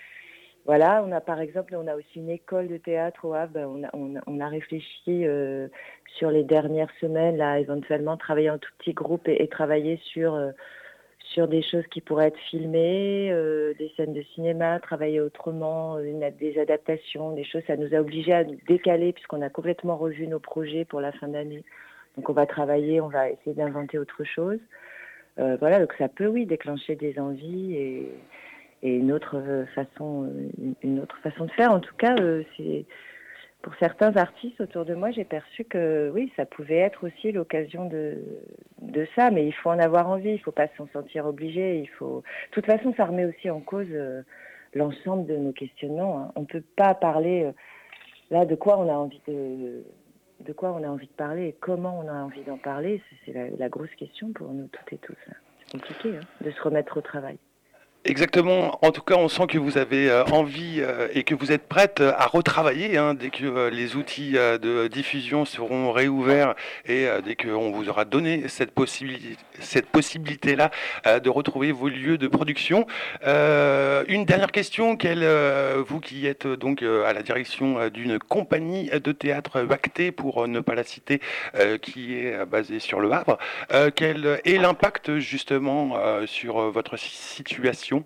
voilà, on a par exemple, on a aussi une école de théâtre au Havre. Ben, on, a, on, a, on a réfléchi euh, sur les dernières semaines, là, éventuellement travailler en tout petit groupe et, et travailler sur euh, sur des choses qui pourraient être filmées, euh, des scènes de cinéma, travailler autrement, une, des adaptations, des choses. Ça nous a obligés à nous décaler puisqu'on a complètement revu nos projets pour la fin d'année. Donc on va travailler, on va essayer d'inventer autre chose. Euh, voilà, donc ça peut, oui, déclencher des envies et, et une autre euh, façon, euh, une autre façon de faire. En tout cas, euh, c'est pour certains artistes autour de moi, j'ai perçu que oui, ça pouvait être aussi l'occasion de, de ça, mais il faut en avoir envie, il ne faut pas s'en sentir obligé. Il faut... De toute façon, ça remet aussi en cause euh, l'ensemble de nos questionnements. Hein. On ne peut pas parler euh, là de quoi on a envie de, de quoi on a envie de parler et comment on a envie d'en parler. C'est, c'est la, la grosse question pour nous toutes et tous. Hein. C'est compliqué hein, de se remettre au travail. Exactement. En tout cas, on sent que vous avez euh, envie euh, et que vous êtes prête euh, à retravailler hein, dès que euh, les outils euh, de diffusion seront réouverts et euh, dès qu'on vous aura donné cette possibilité, cette possibilité-là euh, de retrouver vos lieux de production. Euh, une dernière question, quelle, euh, vous qui êtes euh, donc euh, à la direction euh, d'une compagnie de théâtre Bacté, pour euh, ne pas la citer, euh, qui est euh, basée sur le Havre, euh, quel est l'impact justement euh, sur euh, votre situation?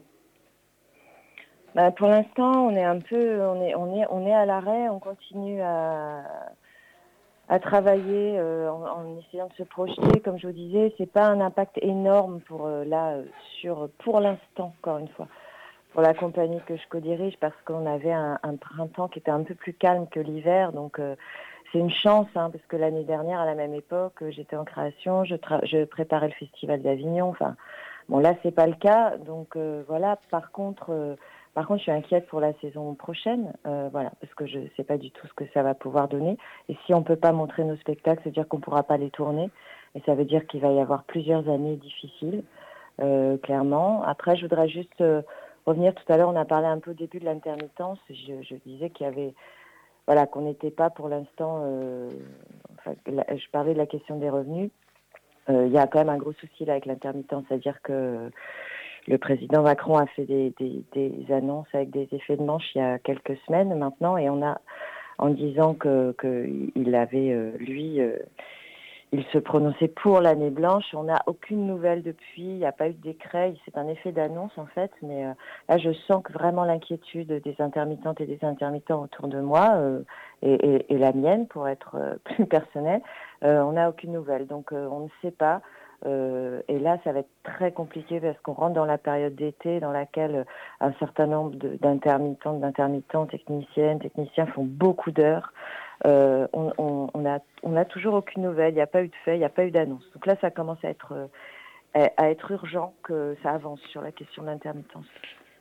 Bah, pour l'instant, on est un peu, on est, on est, on est à l'arrêt. On continue à, à travailler euh, en, en essayant de se projeter. Comme je vous disais, c'est pas un impact énorme pour euh, là euh, sur, pour l'instant, encore une fois, pour la compagnie que je co-dirige, parce qu'on avait un, un printemps qui était un peu plus calme que l'hiver. Donc euh, c'est une chance, hein, parce que l'année dernière, à la même époque, j'étais en création, je, tra- je préparais le Festival d'Avignon. Enfin, bon là, c'est pas le cas. Donc euh, voilà. Par contre. Euh, Par contre, je suis inquiète pour la saison prochaine, euh, voilà, parce que je ne sais pas du tout ce que ça va pouvoir donner. Et si on ne peut pas montrer nos spectacles, ça veut dire qu'on ne pourra pas les tourner. Et ça veut dire qu'il va y avoir plusieurs années difficiles, euh, clairement. Après, je voudrais juste euh, revenir. Tout à l'heure, on a parlé un peu au début de l'intermittence. Je, je disais qu'il y avait, voilà, qu'on n'était pas pour l'instant. Euh, enfin, la, je parlais de la question des revenus. Euh, il y a quand même un gros souci là avec l'intermittence, c'est-à-dire que le président Macron a fait des, des, des annonces avec des effets de manche il y a quelques semaines maintenant, et on a, en disant que, que il avait, euh, lui, euh, il se prononçait pour l'année blanche. On n'a aucune nouvelle depuis, il n'y a pas eu de décret, c'est un effet d'annonce en fait, mais euh, là je sens que vraiment l'inquiétude des intermittentes et des intermittents autour de moi, euh, et, et, et la mienne pour être euh, plus personnelle, euh, on n'a aucune nouvelle, donc euh, on ne sait pas. Euh, et là, ça va être très compliqué parce qu'on rentre dans la période d'été dans laquelle un certain nombre de, d'intermittentes, d'intermittents, techniciennes, techniciens font beaucoup d'heures. Euh, on, on, on, a, on a toujours aucune nouvelle, il n'y a pas eu de fait, il n'y a pas eu d'annonce. Donc là, ça commence à être, à, à être urgent que ça avance sur la question de l'intermittence.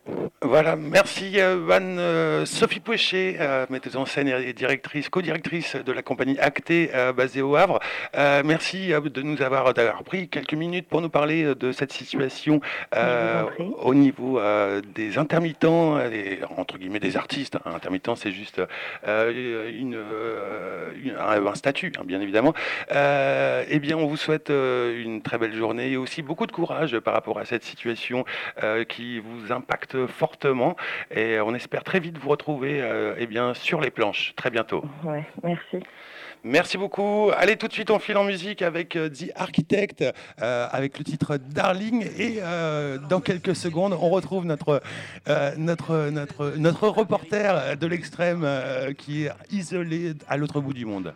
Voilà, merci euh, Van euh, Sophie Pouchet, euh, metteuse en scène et directrice, co-directrice de la compagnie Acté euh, basée au Havre. Euh, merci euh, de nous avoir, d'avoir pris quelques minutes pour nous parler de cette situation euh, au niveau euh, des intermittents, et, entre guillemets des artistes. Hein. Intermittent, c'est juste euh, une, euh, une, un, un statut, hein, bien évidemment. Euh, eh bien, on vous souhaite euh, une très belle journée et aussi beaucoup de courage par rapport à cette situation euh, qui vous impacte fortement, et on espère très vite vous retrouver euh, eh bien, sur les planches, très bientôt. Ouais, merci. Merci beaucoup. Allez, tout de suite, on file en musique avec euh, The Architect, euh, avec le titre Darling, et euh, dans quelques secondes, on retrouve notre, euh, notre, notre, notre reporter de l'extrême euh, qui est isolé à l'autre bout du monde.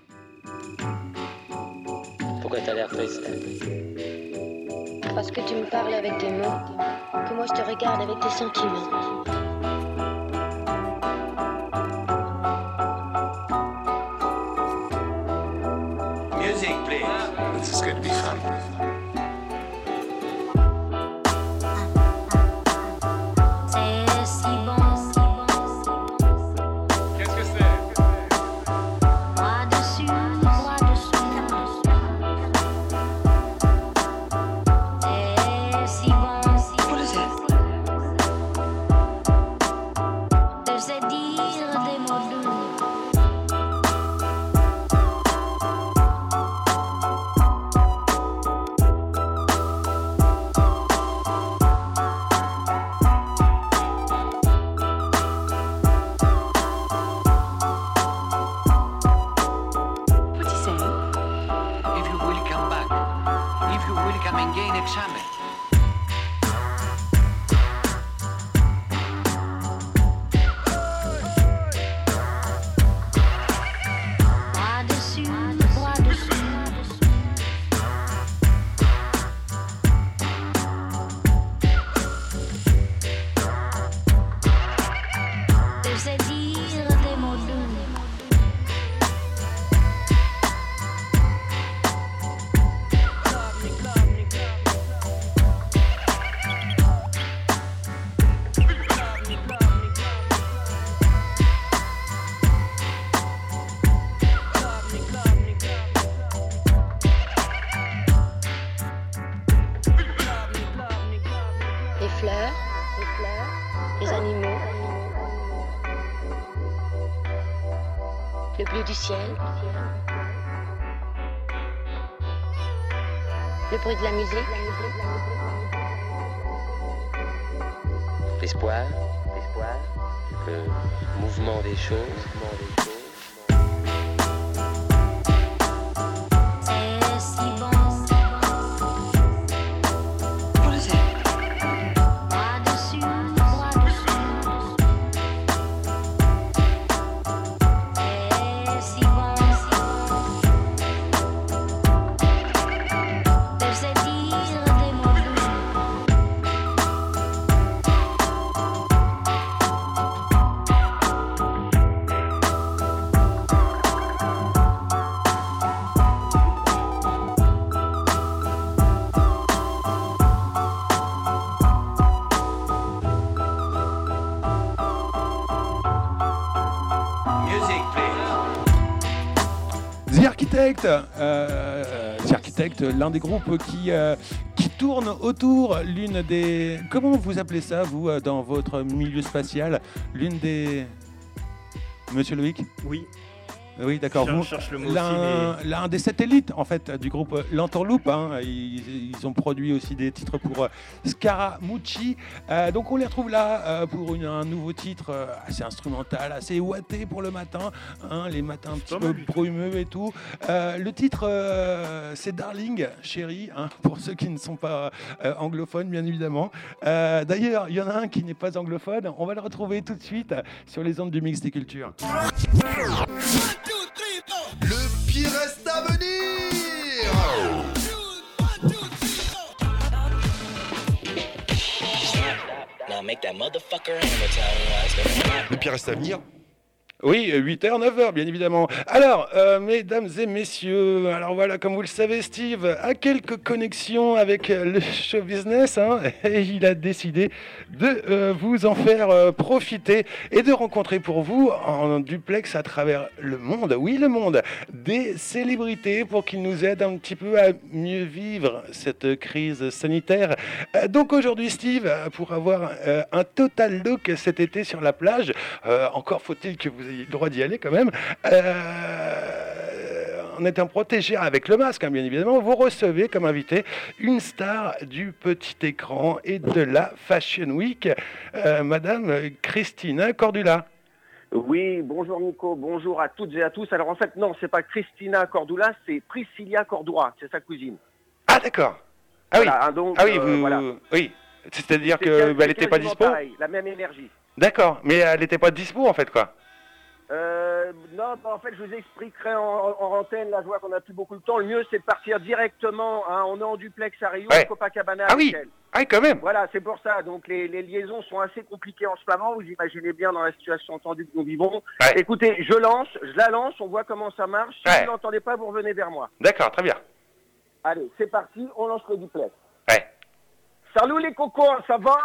Pourquoi t'as l'air triste? Parce que tu me parles avec des mots, que moi je te regarde avec des sentiments. Music, please. This is going to be fun. C'est si bon. Qu'est-ce que c'est? Bras dessus, bras dessous. C'est si bon. What is it? De se dire des mots doux. What is it? If you will come back, if you will come and gain examen. Bras dessus, bras dessous. De se dire des mots doux. Les fleurs, les fleurs, les animaux, le bleu du ciel, le bruit de la musique, L'espoir, l'espoir, le mouvement des choses. c'est si bon. What is it? Bras dessus, bras dessous. C'est si bon. De se dire des mots doux. Music, please. The Architect, euh, The Architect, l'un des groupes qui, euh, qui tourne autour l'une des... Comment vous appelez ça, vous, euh, dans votre milieu spatial? L'une des... Monsieur Loïc? Oui. Oui, d'accord. Je Vous- cherche le mot aussi, L'un mais- l'un des satellites, en fait, du groupe L'Entourloupe. Hein. Ils, ils ont produit aussi des titres pour euh, Scaramucci. Euh, donc on les retrouve là euh, pour une- un nouveau titre euh, assez instrumental, assez ouaté pour le matin. Hein, les matins un petit peu brumeux et tout. Euh, le titre, euh, c'est Darling, chérie, hein, pour ceux qui ne sont pas euh, anglophones, bien évidemment. Euh, D'ailleurs, il y en a un qui n'est pas anglophone. On va le retrouver tout de suite sur les ondes du Mix des Cultures. Le pire reste à venir. Now make that motherfucker hammer time. Le pire reste à venir. Oui, huit heures, neuf heures, bien évidemment. Alors, euh, mesdames et messieurs, alors voilà, comme vous le savez, Steve a quelques connexions avec euh, le show business, hein, et il a décidé de euh, vous en faire euh, profiter et de rencontrer pour vous en duplex à travers le monde, oui le monde, des célébrités pour qu'ils nous aident un petit peu à mieux vivre cette crise sanitaire. Euh, donc aujourd'hui, Steve, pour avoir euh, un total look cet été sur la plage, euh, encore faut-il que vous ayez le droit d'y aller quand même, euh, en étant protégé avec le masque, hein, bien évidemment, vous recevez comme invité une star du petit écran et de la Fashion Week, euh, Madame Christina Cordula. Oui, bonjour Nico, bonjour à toutes et à tous. Alors en fait, non, c'est pas Christina Cordula, c'est Priscilla Cordura, c'est sa cousine. Ah d'accord. Ah Voilà, oui. hein, donc, ah oui, euh, vous, voilà. oui. C'est-à-dire C'est que quasi- bah, elle n'était pas quasiment dispo. pareil, la même énergie. D'accord, mais elle n'était pas dispo en fait quoi. Euh, non, bah, en fait, je vous expliquerai en, en antenne, là, je vois qu'on n'a plus beaucoup de temps. Le mieux, c'est de partir directement, hein, on est en duplex à Rio, Ouais. à Copacabana Ah avec oui. elle. Ah oui, quand même. Voilà, c'est pour ça. Donc, les, les liaisons sont assez compliquées en ce moment. Vous imaginez bien dans la situation tendue que nous vivons. Ouais. Écoutez, je lance, je la lance, on voit comment ça marche. Si Ouais. vous n'entendez pas, vous revenez vers moi. D'accord, très bien. Allez, c'est parti, on lance le duplex. Ouais. Salut les cocos, ça va?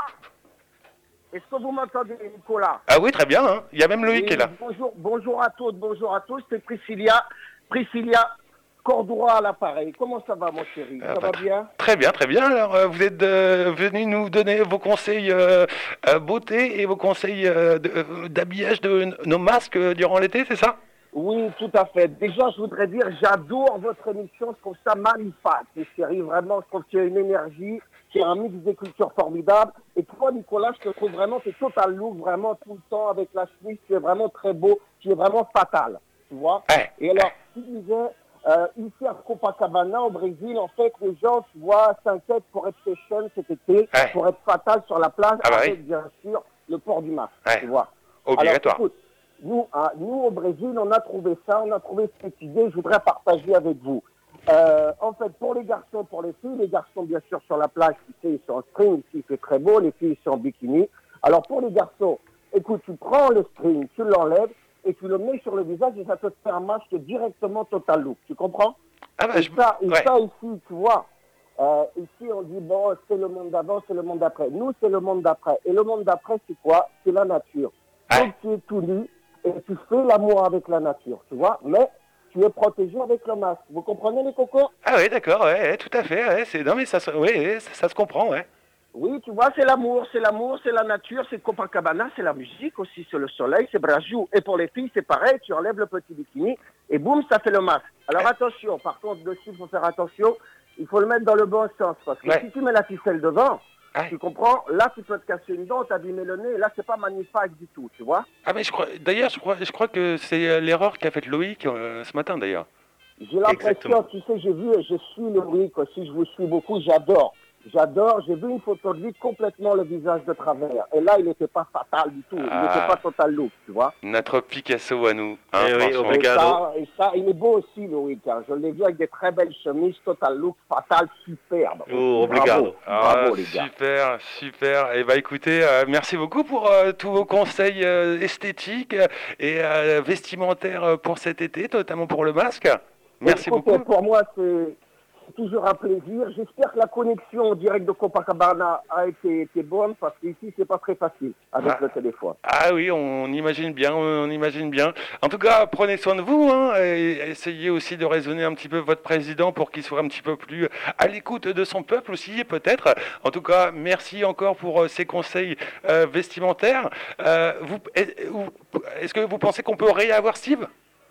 Est-ce que vous m'entendez, Nicolas? Ah oui, très bien. Hein. Il y a même Loïc Oui, qui est là. Bonjour, bonjour à toutes, bonjour à tous. C'est Priscilla, Priscilla Cordura à l'appareil. Comment ça va, mon chéri? Ah, Ça bah, va bien? Très bien, très bien. Alors, euh, vous êtes euh, venu nous donner vos conseils euh, euh, beauté et vos conseils euh, de- euh, d'habillage de n- nos masques euh, durant l'été, c'est ça? Oui, tout à fait. Déjà, je voudrais dire, j'adore votre émission. Je trouve ça magnifique, mes chéris. Vraiment, je trouve qu'il y a une énergie, qu'il y a un mix des cultures formidable. Et toi, Nicolas, je te trouve vraiment, c'est total look, vraiment tout le temps avec la chemise. Tu es vraiment très beau. Tu es vraiment fatal, tu vois. Et alors, tu disais, euh, ici à Copacabana, au Brésil, en fait, les gens, tu vois, s'inquiètent pour être fashion cet été, pour être fatal sur la plage, Ah bah avec, oui. bien sûr, le port du masque, Ouais. tu vois. Obligatoire. Alors, écoute, Nous, hein, nous, au Brésil, on a trouvé ça, on a trouvé cette idée, je voudrais partager avec vous. Euh, en fait, pour les garçons, pour les filles, les garçons, bien sûr, sur la plage, tu sais, ils sont en string, ici, il fait très beau, les filles, ils sont en bikini. Alors, pour les garçons, écoute, tu prends le string, tu l'enlèves, et tu le mets sur le visage, et ça te fait un masque directement total look, tu comprends? Ah bah, et je- ça, et ouais. ça ici, tu vois, euh, ici, on dit, bon, c'est le monde d'avant, c'est le monde d'après. Nous, c'est le monde d'après. Et le monde d'après, c'est quoi? C'est la nature. Donc, tu es tout nu, et tu fais l'amour avec la nature, tu vois, mais tu es protégé avec le masque. Vous comprenez, les cocos? Ah oui, d'accord, ouais, ouais, tout à fait. Ouais, c'est... Non mais ça, se- ouais, ouais, ça, ça se comprend, ouais. Oui, tu vois, c'est l'amour, c'est l'amour, c'est la nature, c'est Copacabana, c'est la musique aussi, c'est le soleil, c'est Brasil. Et pour les filles, c'est pareil, tu enlèves le petit bikini et boum, ça fait le masque. Alors attention, par contre, dessus, il faut faire attention, il faut le mettre dans le bon sens, parce que Ouais. si tu mets la ficelle devant, tu comprends, là, tu peux te casser une dent, t'abîmer le nez, et là, c'est pas magnifique du tout, tu vois. Ah mais je crois, d'ailleurs, je crois, je crois que c'est euh, l'erreur qu'a faite Loïc euh, ce matin, d'ailleurs. J'ai l'impression, tu sais, j'ai vu, je suis Loïc aussi, je vous suis beaucoup, j'adore. J'adore, j'ai vu une photo de lui complètement le visage de travers. Et là, il n'était pas fatal du tout, il Ah. n'était pas total look, tu vois. Notre Picasso à nous. Hein, Eh oui, franchement. Et ça, et ça, il est beau aussi, Loïc. Hein. Je l'ai vu avec des très belles chemises, total look, fatal, superbe. Oh, Bravo, obrigado. bravo Ah, les gars. super, super. Et bah écoutez, euh, merci beaucoup pour euh, tous vos conseils euh, esthétiques euh, et euh, vestimentaires euh, pour cet été, notamment pour le masque. Merci Écoute, beaucoup. Pour moi, c'est c'est toujours un plaisir. J'espère que la connexion en direct de Copacabana a été, été bonne, parce qu'ici, c'est pas très facile avec Ah. le téléphone. Ah oui, on imagine bien, on imagine bien. En tout cas, prenez soin de vous, hein, et essayez aussi de raisonner un petit peu votre président pour qu'il soit un petit peu plus à l'écoute de son peuple aussi, peut-être. En tout cas, merci encore pour euh, ces conseils euh, vestimentaires. Euh, vous, est- vous- est-ce que vous pensez qu'on peut réavoir Steve?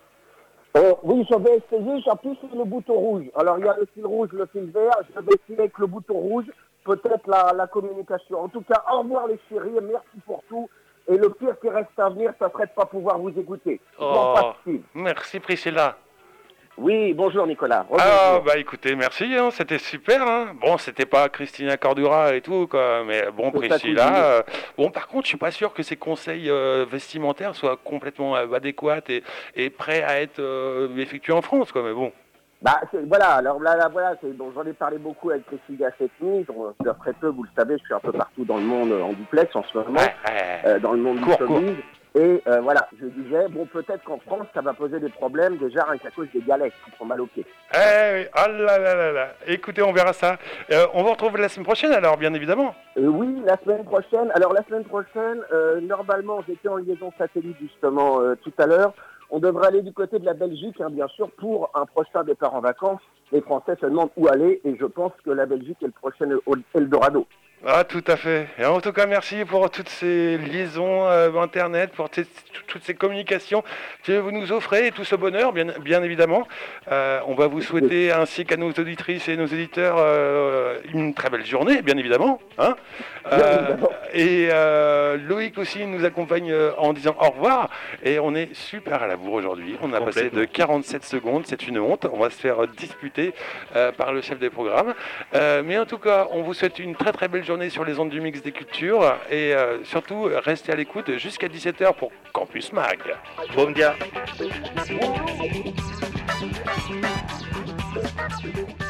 Euh, oui, je vais essayer, j'appuie sur le bouton rouge. Alors, il y a le fil rouge, le fil vert, je vais essayer avec le bouton rouge, peut-être la, la communication. En tout cas, au revoir les chéris, merci pour tout. Et le pire qui reste à venir, ça serait de ne pas pouvoir vous écouter. Je m'en Oh, passe, Steve. merci Priscilla. Oui, bonjour Nicolas. Ah bah écoutez, merci, hein, c'était super. Hein. Bon, c'était pas Christina Cordura et tout, quoi, mais bon, C'est Priscilla. ça, euh, bon, par contre, je suis pas sûr que ces conseils euh, vestimentaires soient complètement euh, adéquats et, et prêts à être euh, effectués en France, quoi. Mais bon. Bah, c'est- voilà, alors là, là voilà, c'est, bon, j'en ai parlé beaucoup avec Priscilla cette nuit, j'en- je leur ferai peu, vous le savez, je suis un peu partout dans le monde euh, en duplex en ce moment, euh, dans le monde du Cours, cours. showbiz. Et euh, voilà, je disais, bon, peut-être qu'en France, ça va poser des problèmes, déjà rien qu'à cause des galets qui sont mal au pied. Eh oui, oh là là là là. Écoutez, on verra ça. Euh, on vous retrouve la semaine prochaine alors, bien évidemment. Euh, oui, la semaine prochaine. Alors la semaine prochaine, euh, normalement, j'étais en liaison satellite justement euh, tout à l'heure. On devrait aller du côté de la Belgique, hein, bien sûr, pour un prochain départ en vacances. Les Français se demandent où aller et je pense que la Belgique est le prochain Eldorado. Ah, tout à fait. Et en tout cas, merci pour toutes ces liaisons euh, Internet, pour t- toutes ces communications que vous nous offrez et tout ce bonheur, bien, bien évidemment. Euh, on va vous souhaiter, ainsi qu'à nos auditrices et nos éditeurs, euh, une très belle journée, bien évidemment. Hein euh, et euh, Loïc aussi nous accompagne en disant au revoir. Et on est super à la bourre aujourd'hui. On a passé de quarante-sept secondes, c'est une honte. On va se faire disputer euh, par le chef des programmes. Euh, mais en tout cas, on vous souhaite une très très belle journée sur les ondes du Mix des Cultures et euh, surtout restez à l'écoute jusqu'à dix-sept heures pour Campus Mag. Bon dia.